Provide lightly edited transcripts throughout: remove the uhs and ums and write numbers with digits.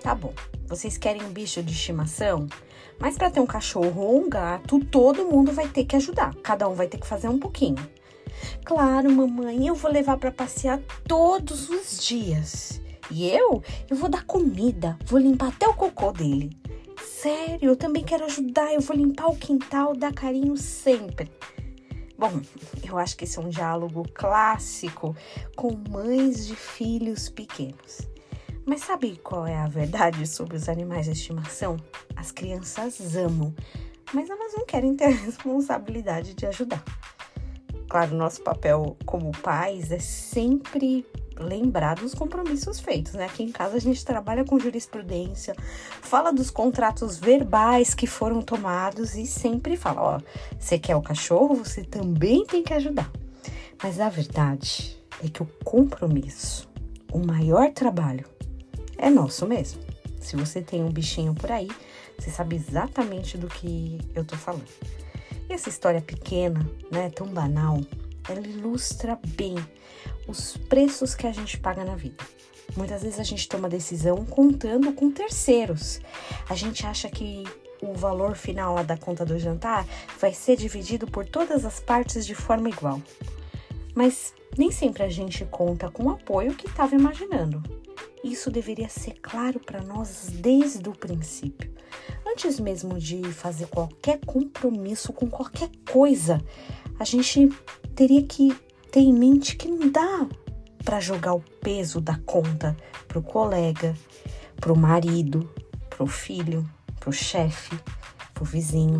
Tá bom, vocês querem um bicho de estimação? Mas para ter um cachorro ou um gato, todo mundo vai ter que ajudar. Cada um vai ter que fazer um pouquinho. Claro, mamãe, eu vou levar para passear todos os dias. E eu vou dar comida, vou limpar até o cocô dele. Sério, eu também quero ajudar, eu vou limpar o quintal, dar carinho sempre. Bom, eu acho que esse é um diálogo clássico com mães de filhos pequenos. Mas sabe qual é a verdade sobre os animais de estimação? As crianças amam, mas elas não querem ter a responsabilidade de ajudar. Claro, nosso papel como pais é sempre lembrar dos compromissos feitos, né? Aqui em casa a gente trabalha com jurisprudência, fala dos contratos verbais que foram tomados e sempre fala, ó, você quer o cachorro, você também tem que ajudar. Mas a verdade é que o compromisso, o maior trabalho, é nosso mesmo. Se você tem um bichinho por aí, você sabe exatamente do que eu tô falando. E essa história pequena, né, tão banal, ela ilustra bem os preços que a gente paga na vida. Muitas vezes a gente toma decisão contando com terceiros. A gente acha que o valor final lá da conta do jantar vai ser dividido por todas as partes de forma igual. Mas nem sempre a gente conta com o apoio que estava imaginando. Isso deveria ser claro para nós desde o princípio. Antes mesmo de fazer qualquer compromisso com qualquer coisa, a gente teria que ter em mente que não dá para jogar o peso da conta pro colega, pro marido, pro filho, pro chefe, pro vizinho.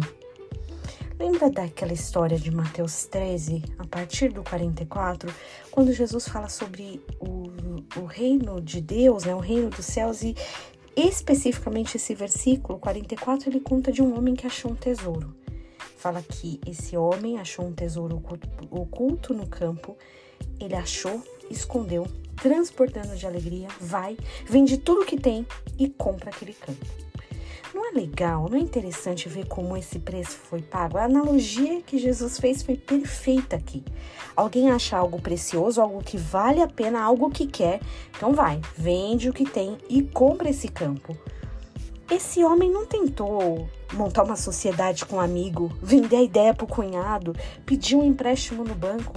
Lembra daquela história de Mateus 13, a partir do 44, quando Jesus fala sobre o reino de Deus, né, o reino dos céus, e especificamente esse versículo 44, ele conta de um homem que achou um tesouro. Fala que esse homem achou um tesouro oculto no campo, ele achou, escondeu, transportando de alegria, vai, vende tudo que tem e compra aquele campo. Não é legal, não é interessante ver como esse preço foi pago? A analogia que Jesus fez foi perfeita aqui. Alguém acha algo precioso, algo que vale a pena, algo que quer, então vai, vende o que tem e compra esse campo. Esse homem não tentou montar uma sociedade com um amigo, vender a ideia para o cunhado, pedir um empréstimo no banco.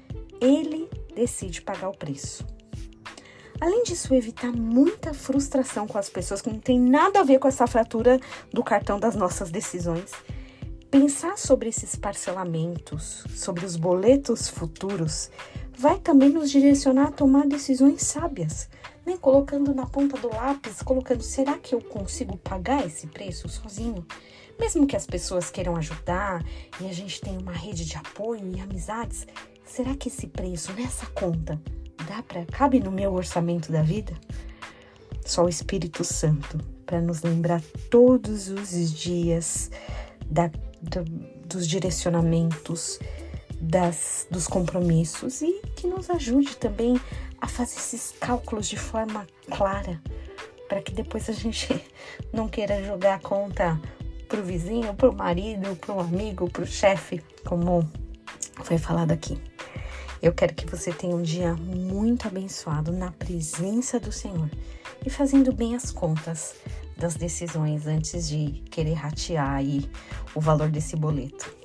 Ele decide pagar o preço. Além disso, evitar muita frustração com as pessoas que não tem nada a ver com essa fratura do cartão das nossas decisões. Pensar sobre esses parcelamentos, sobre os boletos futuros, vai também nos direcionar a tomar decisões sábias, né? Colocando na ponta do lápis, colocando, será que eu consigo pagar esse preço sozinho? Mesmo que as pessoas queiram ajudar e a gente tenha uma rede de apoio e amizades, será que esse preço nessa conta cabe no meu orçamento da vida? Só o Espírito Santo para nos lembrar todos os dias dos direcionamentos, dos compromissos e que nos ajude também a fazer esses cálculos de forma clara, para que depois a gente não queira jogar a conta pro vizinho, pro marido, pro amigo, pro chefe, como foi falado aqui. Eu quero que você tenha um dia muito abençoado na presença do Senhor e fazendo bem as contas das decisões antes de querer ratear aí o valor desse boleto.